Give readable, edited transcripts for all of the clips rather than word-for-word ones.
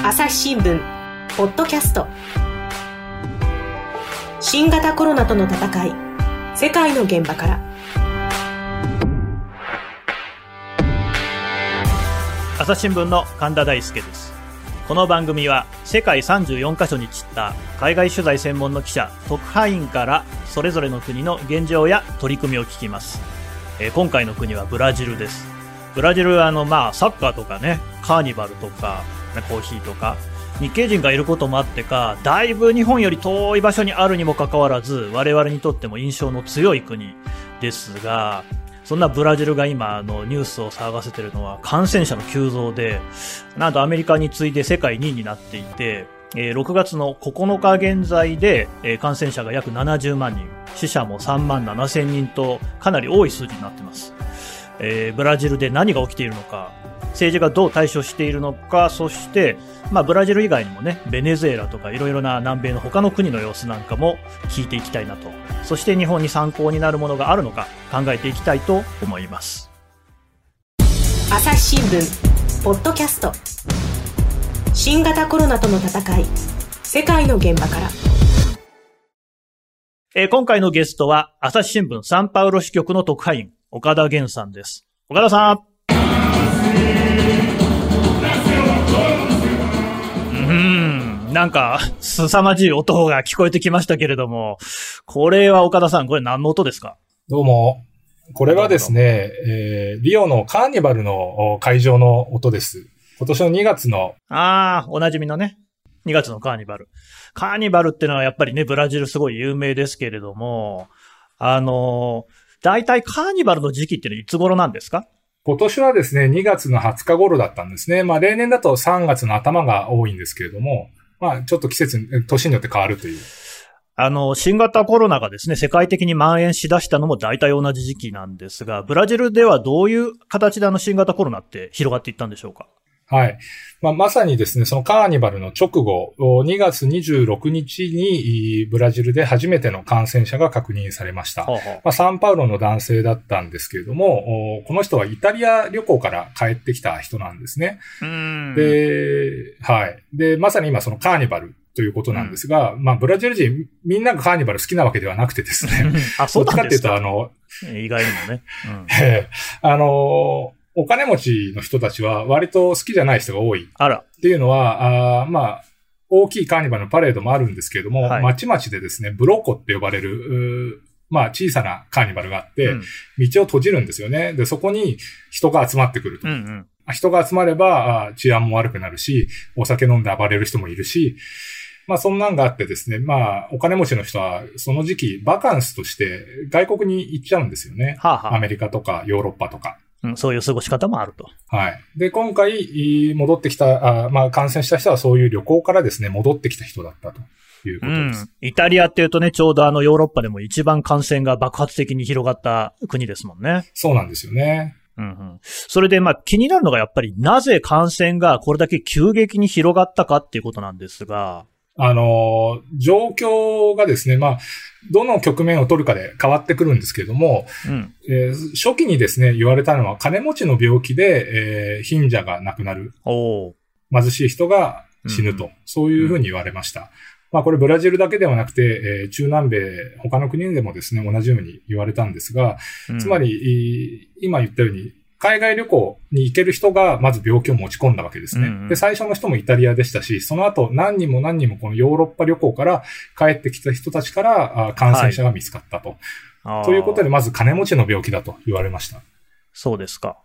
朝日新聞ポッドキャスト、新型コロナとの戦い、世界の現場から。 朝日新聞の神田大輔です。この番組は世界34カ所に散った海外取材専門の記者、特派員からそれぞれの国の現状や取り組みを聞きます。今回の国はブラジルです。ブラジルはサッカーとかね、カーニバルとかコーヒーとか日系人がいることもあってか、だいぶ日本より遠い場所にあるにもかかわらず、我々にとっても印象の強い国ですが、そんなブラジルが今ニュースを騒がせているのは感染者の急増で、なんとアメリカに次いで世界2位になっていて、6月の9日現在で感染者が約70万人、死者も3万7千人とかなり多い数字になっています。ブラジルで何が起きているのか、政治がどう対処しているのか、そして、ブラジル以外にもね、ベネズエラとかいろいろな南米の他の国の様子なんかも聞いていきたいなと。そして日本に参考になるものがあるのか考えていきたいと思います。 朝日新聞ポッドキャスト、新型コロナとの戦い、世界の現場から。 今回のゲストは朝日新聞サンパウロ支局の特派員、岡田源さんです。岡田さん。なんか凄まじい音が聞こえてきましたけれども、これは岡田さん、これ何の音ですか？ どうも。これはですね、リオのカーニバルの会場の音です。今年の2月の。 おなじみのね、2月のカーニバル。カーニバルってのはやっぱりね、ブラジルすごい有名ですけれども、大体カーニバルの時期ってのはいつ頃なんですか？ 今年はですね、2月の20日頃だったんですね。例年だと3月の頭が多いんですけれども、ちょっと季節、年によって変わるという。 新型コロナがですね、世界的に蔓延しだしたのも大体同じ時期なんですが、ブラジルではどういう形で新型コロナって広がっていったんでしょうか？ はい。まさにですね、そのカーニバルの直後、2月26日にブラジルで初めての感染者が確認されました。サンパウロの男性だったんですけれども、この人はイタリア旅行から帰ってきた人なんですね。で、はい。で、まさに今そのカーニバルということなんですが、ブラジル人みんながカーニバル好きなわけではなくてですね。 そうなんですか。 どっちかっていうと意外にもね。 お金持ちの人たちは割と好きじゃない人が多い。っていうのは、大きいカーニバルのパレードもあるんですけれども、町々でですね、ブロコって呼ばれる、小さなカーニバルがあって、道を閉じるんですよね。で、そこに人が集まってくると。人が集まれば、治安も悪くなるし、お酒飲んで暴れる人もいるし、そんなんがあってですね、お金持ちの人はその時期バカンスとして外国に行っちゃうんですよね。アメリカとかヨーロッパとか。 そういう過ごし方もあると。 はい。で、今回、戻ってきた、感染した人はそういう旅行からですね、戻ってきた人だったということです。 イタリアっていうとね、ちょうどヨーロッパでも一番感染が爆発的に広がった国ですもんね。 そうなんですよね。 それで気になるのがやっぱりなぜ感染がこれだけ急激に広がったかっていうことなんですが、 状況がですね、どの局面を取るかで変わってくるんですけれども、初期にですね、言われたのは金持ちの病気で、貧者が亡くなる。貧しい人が死ぬと。そういうふうに言われました。これブラジルだけではなくて、中南米、他の国でもですね、同じように言われたんですが、つまり、今言ったように、海外旅行に行ける人がまず病気を持ち込んだわけですね。で、最初の人もイタリアでしたし、その後何人もこのヨーロッパ旅行から帰ってきた人たちから感染者が見つかったと。ということで、まず金持ちの病気だと言われました。 そうですか。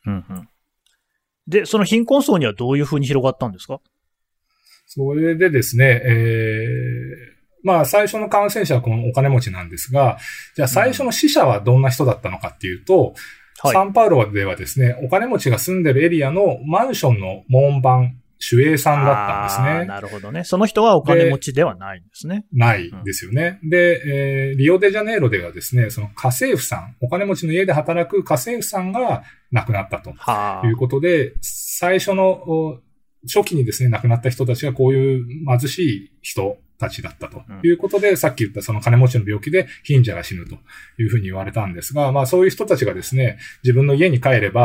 で、その貧困層にはどういうふうに広がったんですか？ それでですね、最初の感染者はこのお金持ちなんですが、じゃあ最初の死者はどんな人だったのかっていうと、サンパウロではですね、お金持ちが住んでるエリアのマンションの門番、守衛さんだったんですね。 なるほどね。その人はお金持ちではないんですね。 ないですよね。で、リオデジャネイロではですね、その家政婦さん、お金持ちの家で働く家政婦さんが亡くなったということで、最初の初期にですね、亡くなった人たちがこういう貧しい人たちだったということで、さっき言ったその金持ちの病気で貧者が死ぬというふうに言われたんですが、そういう人たちがですね、自分の家に帰れば、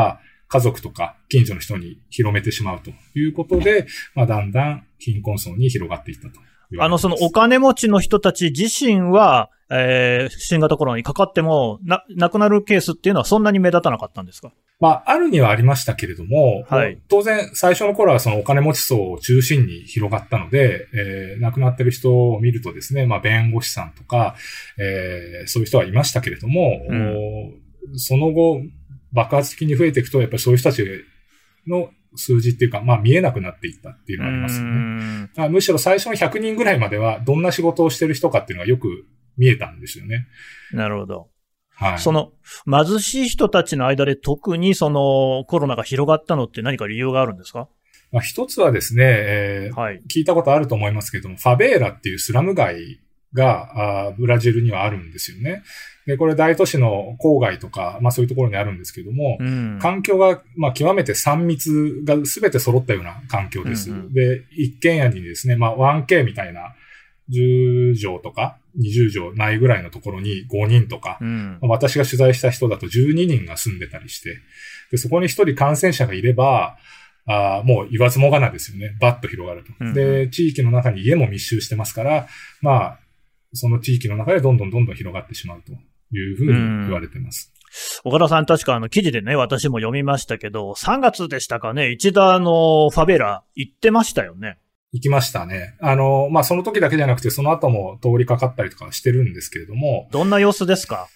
家族とか近所の人に広めてしまうということで、だんだん貧困層に広がっていったと。 そのお金持ちの人たち自身は、新型コロナにかかっても、亡くなるケースっていうのはそんなに目立たなかったんですか？ あるにはありましたけれども、はい、当然最初の頃はそのお金持ち層を中心に広がったので、亡くなってる人を見るとですね、弁護士さんとか、そういう人はいましたけれども、その後爆発的に増えていくと、やっぱりそういう人たちの数字っていうか、見えなくなっていったっていうのがありますよね。むしろ最初の100人ぐらいまではどんな仕事をしてる人かっていうのがよく見えたんですよね。なるほど。はい。その貧しい人たちの間で特にそのコロナが広がったのって何か理由があるんですか？一つはですね、はい、聞いたことあると思いますけれども、ファベーラっていうスラム街がブラジルにはあるんですよね。で、これ大都市の郊外とか、そういうところにあるんですけども、環境が、極めて3密が全て揃ったような環境です。で、一軒家にですね、1K みたいな10畳とか20畳ないぐらいのところに5人とか、私が取材した人だと12人が住んでたりして、で、そこに1人感染者がいれば、もう言わずもがなですよね。バッと広がると。で、地域の中に家も密集してますから、その地域の中でどんどん広がってしまうというふうに言われています。岡田さん、確か記事でね、私も読みましたけど、3月でしたかね、一度ファベラ行ってましたよね。行きましたね。その時だけじゃなくて、その後も通りかかったりとかしてるんですけれども。どんな様子ですか？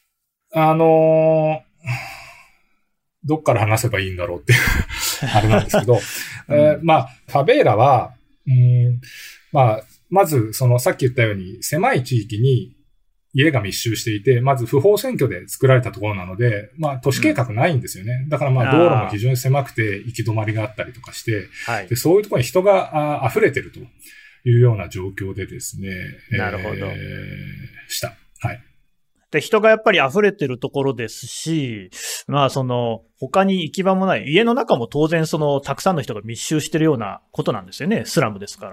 どっから話せばいいんだろうってあれなんですけど、ファベーラは、まず、さっき言ったように、狭い地域に家が密集していて、まず不法占拠で作られたところなので、都市計画ないんですよね。だから道路も非常に狭くて行き止まりがあったりとかして、はい、でそういうところに人が溢れてるというような状況でですね。なるほど。した。はい。で、人がやっぱり溢れてるところですし、他に行き場もない、家の中も当然たくさんの人が密集してるようなことなんですよね。スラムですから。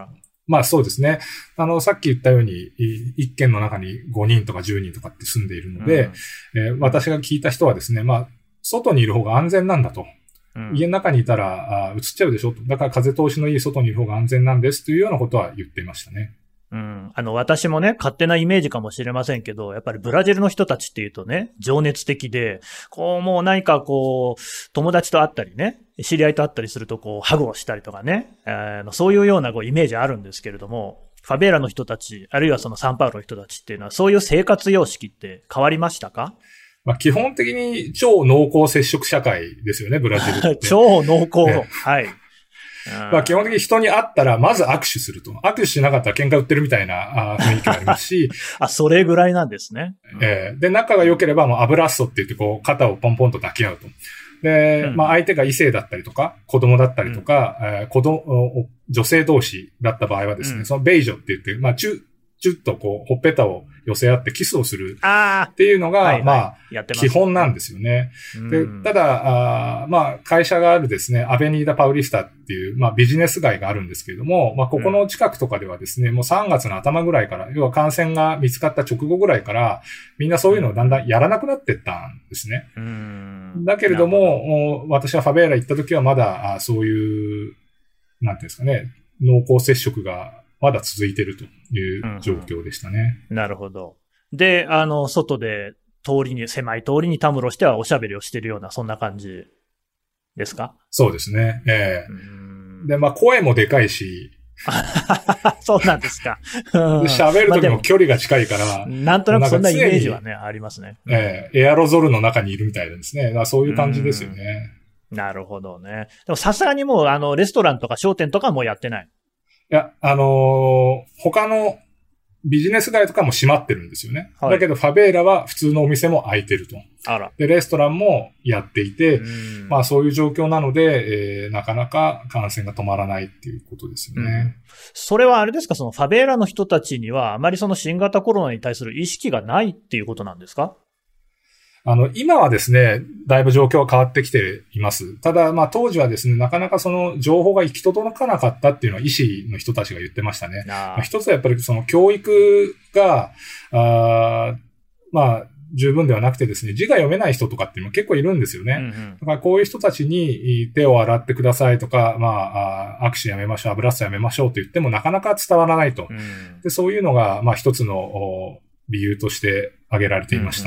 そうですね。さっき言ったように、一軒の中に5人とか10人とかって住んでいるので、私が聞いた人はですね、外にいる方が安全なんだと。家の中にいたら、移っちゃうでしょと。だから風通しのいい外にいる方が安全なんですというようなことは言っていましたね。私もね、勝手なイメージかもしれませんけど、やっぱりブラジルの人たちっていうとね、情熱的で、もう何か友達と会ったりね、知り合いと会ったりするとハグをしたりとかね、そういうようなイメージあるんですけれども、ファベーラの人たち、あるいはサンパウロの人たちっていうのは、そういう生活様式って変わりましたか？基本的に超濃厚接触社会ですよね、ブラジルって。超濃厚。はい。基本的に人に会ったら、まず握手すると。握手しなかったら喧嘩売ってるみたいな雰囲気がありますし。それぐらいなんですね。で、仲が良ければ、アブラッソって言って肩をポンポンと抱き合うと。で、相手が異性だったりとか、子供だったりとか、女性同士だった場合はですね、そのベイジョって言って、チュッとほっぺたを寄せ合ってキスをするっていうのが、基本なんですよね。で、ただ、会社があるですね、アベニーダ・パウリスタっていう、ビジネス街があるんですけれども、ここの近くとかではですね、もう3月の頭ぐらいから、要は感染が見つかった直後ぐらいから、みんなそういうのをだんだんやらなくなってったんですね。だけれども、私はファベーラ行った時はまだ、そういう、なんていうんですかね、濃厚接触が、まだ続いているという状況でしたね。なるほど。で、外で狭い通りにたむろしてはおしゃべりをしているような、そんな感じですか？そうですね。で、声もでかいし。そうなんですか。喋るときも距離が近いから。なんとなくそんなイメージはね、ありますね。エアロゾルの中にいるみたいですね。そういう感じですよね。なるほどね。でもさすがにもう、レストランとか商店とかもうやってない。いや、他のビジネス街とかも閉まってるんですよね。はい、だけど、ファベーラは普通のお店も開いてると。で、レストランもやっていて、そういう状況なので、なかなか感染が止まらないっていうことですよね。それはあれですか、ファベーラの人たちには、あまり新型コロナに対する意識がないっていうことなんですか？今はですね、だいぶ状況は変わってきています。ただ、当時はですね、なかなかその情報が行き届かなかったっていうのは医師の人たちが言ってましたね。一つはやっぱりその教育が、 十分ではなくてですね、字が読めない人とかっていうのも結構いるんですよね。だからこういう人たちに手を洗ってくださいとか、握手やめましょう、油っさやめましょうと言ってもなかなか伝わらないと。で、そういうのが、一つの理由として挙げられていました。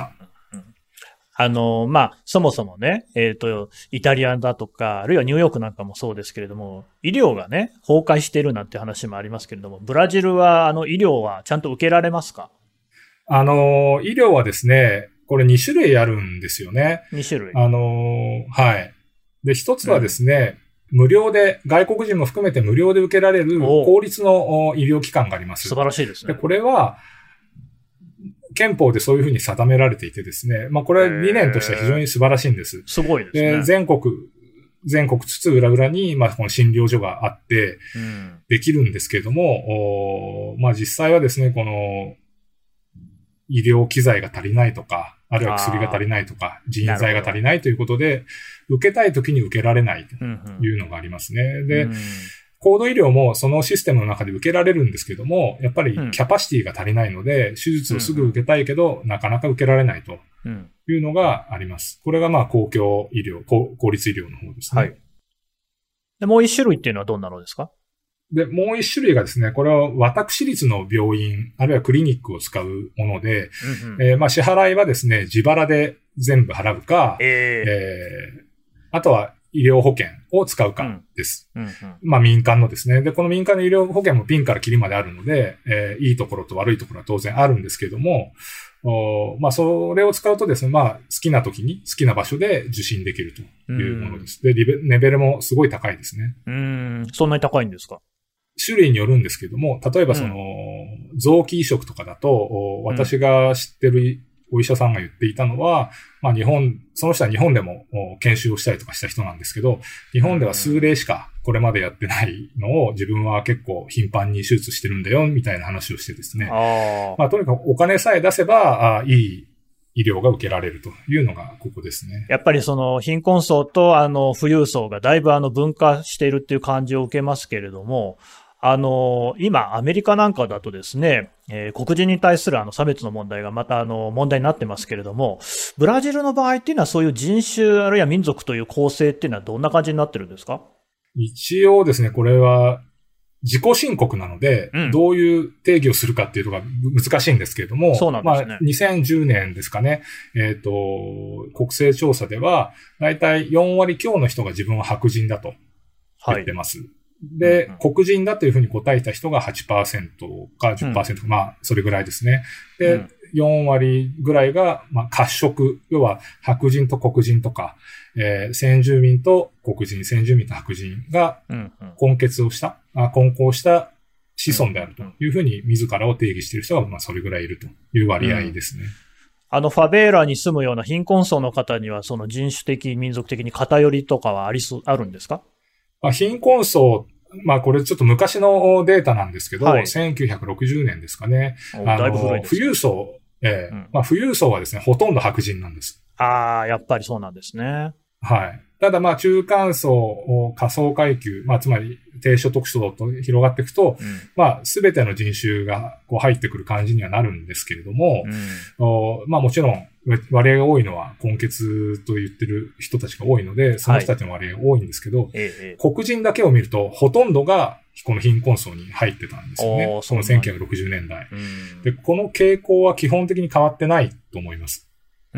そもそもね、イタリアだとか、あるいはニューヨークなんかもそうですけれども、医療がね、崩壊しているなんて話もありますけれども、ブラジルは、医療はちゃんと受けられますか？ 医療はですね、これ2種類あるんですよね。 2種類。 はい。で、一つはですね、無料で、外国人も含めて無料で受けられる公立の医療機関があります。 素晴らしいですね。 で、これは、憲法でそういうふうに定められていてですね、これは理念としては非常に素晴らしいんです。 すごいですね。 で、全国津々浦々に、この診療所があって、できるんですけれども、実際はですね、この、医療機材が足りないとか、あるいは薬が足りないとか、人材が足りないということで、受けたい時に受けられないというのがありますね。で、高度医療もそのシステムの中で受けられるんですけども、やっぱりキャパシティが足りないので、手術をすぐ受けたいけど、なかなか受けられないというのがあります。これが公共医療、公立医療の方ですね。はい。 で、もう一種類っていうのはどんなのですか？ で、もう一種類がですね、これは私立の病院、あるいはクリニックを使うもので、支払いはですね、自腹で全部払うか、あとは医療保険を使うかです。民間のですね。で、この民間の医療保険もピンからキリまであるので、いいところと悪いところは当然あるんですけれども、それを使うとですね、好きな時に好きな場所で受診できるというものです。で、レベルもすごい高いですね。 そんなに高いんですか？ 種類によるんですけども、例えば臓器移植とかだと、私が知ってるお医者さんが言っていたのは、その人は日本でも研修をしたりとかした人なんですけど、日本では数例しかこれまでやってないのを自分は結構頻繁に手術してるんだよ、みたいな話をしてですね。とにかくお金さえ出せば、いい医療が受けられるというのがここですね。 やっぱり貧困層と富裕層がだいぶ分化しているっていう感じを受けますけれども、今、アメリカなんかだとですね、黒人に対する差別の問題がまた問題になってますけれども、ブラジルの場合っていうのはそういう人種あるいは民族という構成っていうのはどんな感じになってるんですか？ 一応ですね、これは自己申告なので、どういう定義をするかっていうのが難しいんですけれども、 そうなんですね。 2010年ですかね、国勢調査では、だいたい4割強の人が自分は白人だと言ってます。で、黒人だというふうに答えた人が 8% か 10% か、それぐらいですね。で、4割ぐらいが、褐色、要は白人と黒人とか、先住民と黒人、先住民と白人が混交した子孫であるというふうに自らを定義している人が、それぐらいいるという割合ですね。 ファベーラに住むような貧困層の方には、その人種的、民族的に偏りとかはあるんですか？ 貧困層、これちょっと昔のデータなんですけど、1960年ですかね。 だいぶ古いです。 富裕層、富裕層はですね、ほとんど白人なんです。 やっぱりそうなんですね。 はい。ただ中間層、下層階級、つまり低所得層と広がっていくと、すべての人種が入ってくる感じにはなるんですけれども、もちろん割合が多いのは混血と言ってる人たちが多いので、その人たちの割合が多いんですけど、黒人だけを見るとほとんどがこの貧困層に入ってたんですよね。その1960年代。で、この傾向は基本的に変わってないと思います。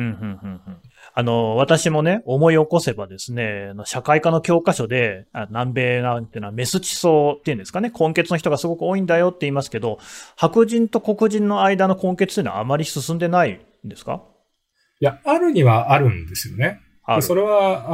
私もね、思い起こせばですね、社会科の教科書で、南米なんていうのはメス地層っていうんですかね、混血の人がすごく多いんだよって言いますけど、白人と黒人の間の混血というのはあまり進んでないんですか？ いや、あるにはあるんですよね。それは、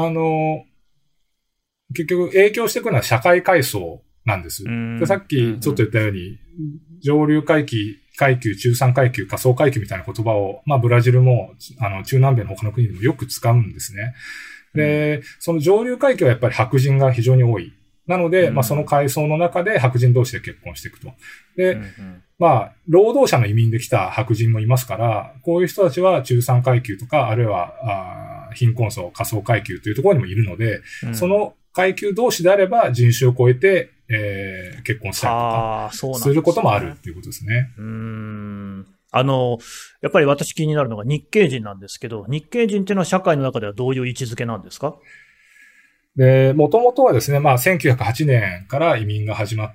結局影響してくるのは社会階層なんです。で、さっきちょっと言ったように、上流階級、中産階級、下層階級みたいな言葉を、ブラジルも、中南米の他の国でもよく使うんですね。で、その上流階級はやっぱり白人が非常に多い。なので、その階層の中で白人同士で結婚していくと。で、労働者の移民で来た白人もいますから、こういう人たちは中産階級とか、あるいは、貧困層、下層階級というところにもいるので、その階級同士であれば人種を超えて、結婚したりとか、することもあるっていうことですね。 やっぱり私気になるのが日系人なんですけど、日系人っていうのは社会の中ではどういう位置づけなんですか？ で、もともとはですね、1908年から移民が始まって、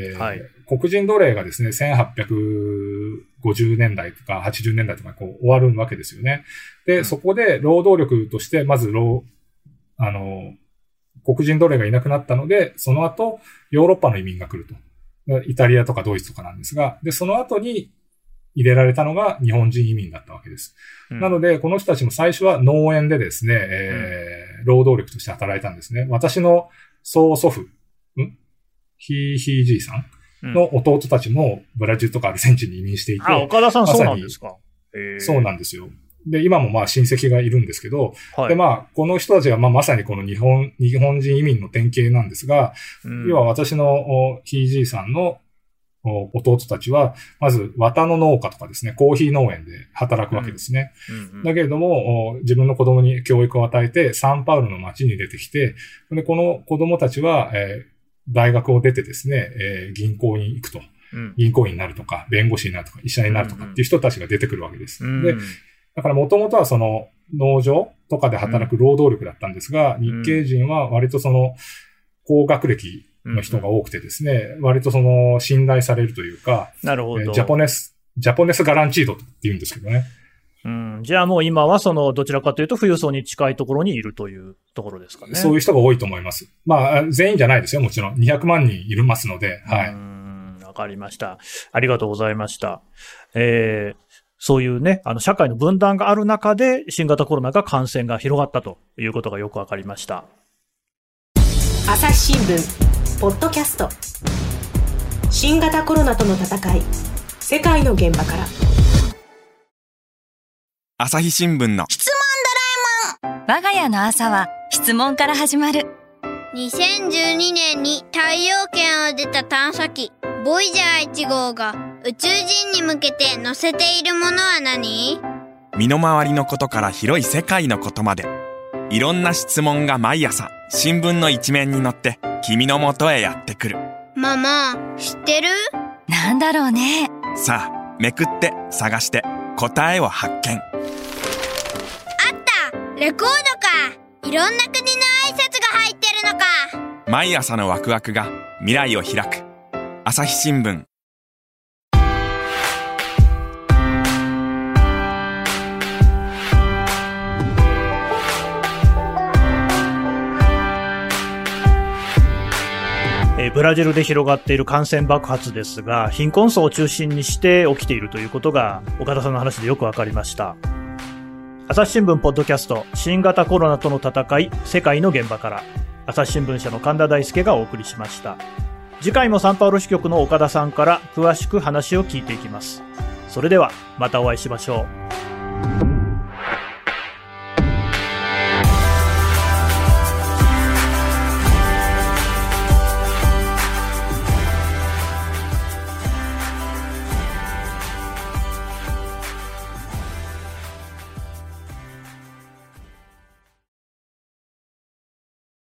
黒人奴隷がですね、1850年代とか80年代とか終わるわけですよね。で、そこで労働力として、まず黒人奴隷がいなくなったので、その後、ヨーロッパの移民が来ると。イタリアとかドイツとかなんですが、で、その後に入れられたのが日本人移民だったわけです。なので、この人たちも最初は農園でですね、労働力として働いたんですね。私の曽祖父、ひいじいさんの弟たちもブラジルとかアルゼンチンに移民していて。 岡田さんそうなんですか。 そうなんですよ。で、今も親戚がいるんですけど、で、この人たちがまさにこの日本人移民の典型なんですが、要は私のひいじいさんの弟たちは、まず綿の農家とかですね、コーヒー農園で働くわけですね。だけれども、自分の子供に教育を与えて、サンパウロの町に出てきて、で、この子供たちは、大学を出てですね、銀行に行くと。銀行員になるとか、弁護士になるとか、医者になるとかっていう人たちが出てくるわけです。で、だからもともとはその農場とかで働く労働力だったんですが、日系人は割とその高学歴の人が多くてですね、割とその信頼されるというか、 なるほど。 ジャポネスガランチードって言うんですけどね。 じゃあもう今はどちらかというと富裕層に近いところにいるというところですかね。 そういう人が多いと思います。全員じゃないですよ、もちろん。200万人いますので、はい。 わかりました。ありがとうございました。そういうね、社会の分断がある中で新型コロナが感染が広がったということがよくわかりました。 朝日新聞ポッドキャスト、新型コロナとの戦い、世界の現場から。 朝日新聞の質問ドラえもん。 我が家の朝は質問から始まる。 2012年に太陽圏を出た探査機ボイジャー1号が宇宙人に向けて載せているものは何？ 身の回りのことから広い世界のことまで、いろんな質問が毎朝新聞の一面に載って君の元へやってくる。 ママ、知ってる？ なんだろうね。 さあ、めくって探して答えを発見。 あった！レコードか。いろんな国の挨拶が入ってるのか。 毎朝のワクワクが未来を開く。朝日新聞。 ブラジルで広がっている感染爆発ですが、貧困層を中心にして起きているということが岡田さんの話でよくわかりました。朝日新聞ポッドキャスト、新型コロナとの戦い、世界の現場から、朝日新聞社の神田大輔がお送りしました。次回もサンパウロ支局の岡田さんから詳しく話を聞いていきます。それではまたお会いしましょう。